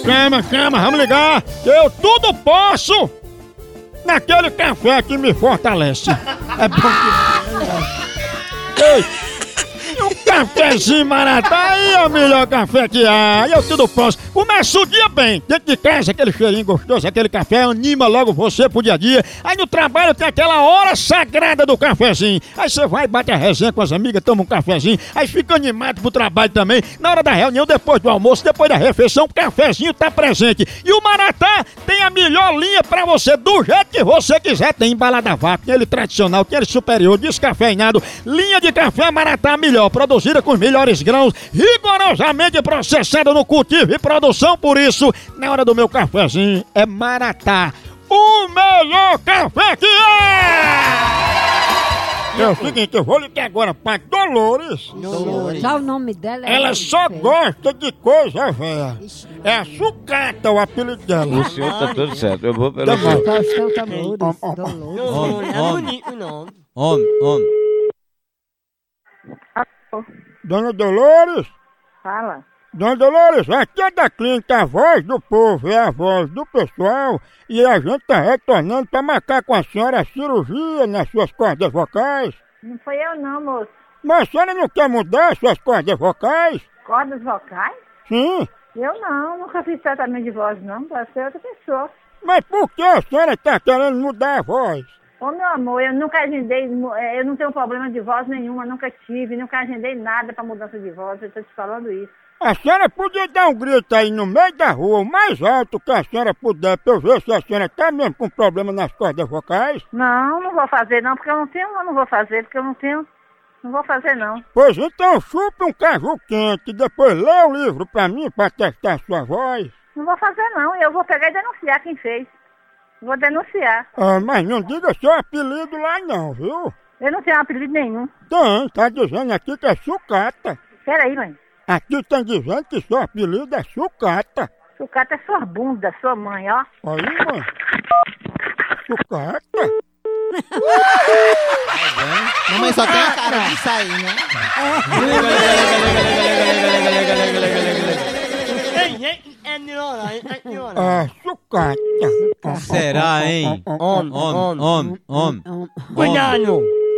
Chama, vamos ligar. Eu tudo posso naquele café que me fortalece. É bom que... Ei, um cafezinho Maratá aí é o melhor café que há. Eu tudo posso. Começa o dia bem, dentro de casa, aquele cheirinho gostoso, aquele café anima logo você pro dia a dia. Aí no trabalho tem aquela hora sagrada do cafezinho. Aí você vai, bate a resenha com as amigas, toma um cafezinho, aí fica animado pro trabalho também. Na hora da reunião, depois do almoço, depois da refeição, o cafezinho tá presente. E o Maratá tem a melhor linha pra você, do jeito que você quiser. Tem embalado a vácuo, tem ele tradicional, tem ele superior, descafeinado. Linha de café Maratá melhor, produzida com os melhores grãos, rigorosamente processada no cultivo e produção. Por isso, na hora do meu cafezinho, é Maratá, o melhor café que é! É o seguinte, eu vou ligar agora pra Dolores. Já o nome dela é... Ela só gosta de coisa velha. É a sucata o apelido dela. O senhor tá tudo certo, eu vou pelo Tá senhor. Homem. Dona Dolores? Fala. Dona Dolores, aqui é da clínica A Voz do Povo, é a voz do pessoal, e a gente tá retornando pra marcar com a senhora a cirurgia nas suas cordas vocais. Não foi eu não, moço. Mas a senhora não quer mudar suas cordas vocais? Cordas vocais? Sim. Eu não, nunca fiz tratamento de voz não, pode ser outra pessoa. Mas por que a senhora tá querendo mudar a voz? Ô meu amor, eu nunca agendei, eu não tenho problema de voz nenhuma, nunca tive, nunca agendei nada pra mudança de voz, eu tô te falando isso. A senhora podia dar um grito aí no meio da rua, o mais alto que a senhora puder, pra eu ver se a senhora tá mesmo com problema nas cordas vocais? Não vou fazer não, porque eu não vou fazer, não vou fazer não. Pois então chupe um caju quente e depois lê o livro pra mim pra testar a sua voz. Não vou fazer não, eu vou pegar e denunciar quem fez. Vou denunciar. Ah, mas não diga seu apelido lá não, viu? Eu não tenho apelido nenhum. Tem, tá dizendo aqui que é sucata. Peraí, mãe. Aqui estão dizendo que seu apelido é sucata. Sucata é sua bunda, sua mãe, ó. Aí, mãe. Sucata. Mamãe só tem a cara de sair, né? Ah, sucata. Será, hein? Homem. Cuidado!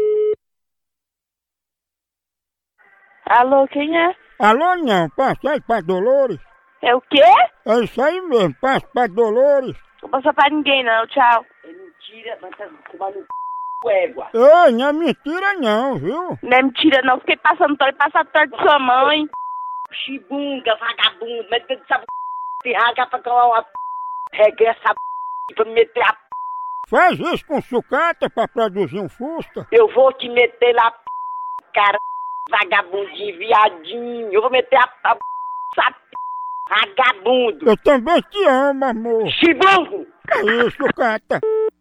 Alô, quem é? Alô, não, passa aí pra Dolores. É o quê? É isso aí mesmo, passa pra Dolores. Não passa pra ninguém não, tchau. É mentira, mas tá tomando égua. Ei, não é mentira não, viu? Não é mentira não, fiquei passando torre, passa torre de sua mãe. Chibunga, vagabundo, mas tu sabe se rasga pra colar uma regressa pra me meter a Faz isso com sucata pra produzir um fusca. Eu vou te meter lá, cara, vagabundinho, viadinho. Eu vou meter a vagabundo. Eu também te amo, amor. Chibungo! É isso, sucata.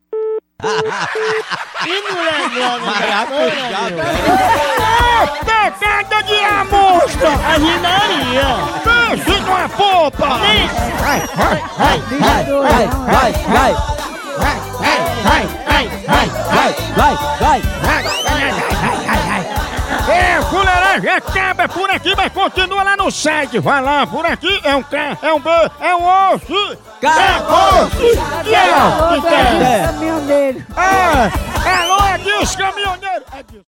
Pegada de amostra! Pense numa popa! É, fuleiragem acaba por aqui, mas continua lá no site. Vai lá, por aqui é um K, é um B, é um osso. Acabou-se! Caminhoneiro. Alô, é disso, caminhoneiro!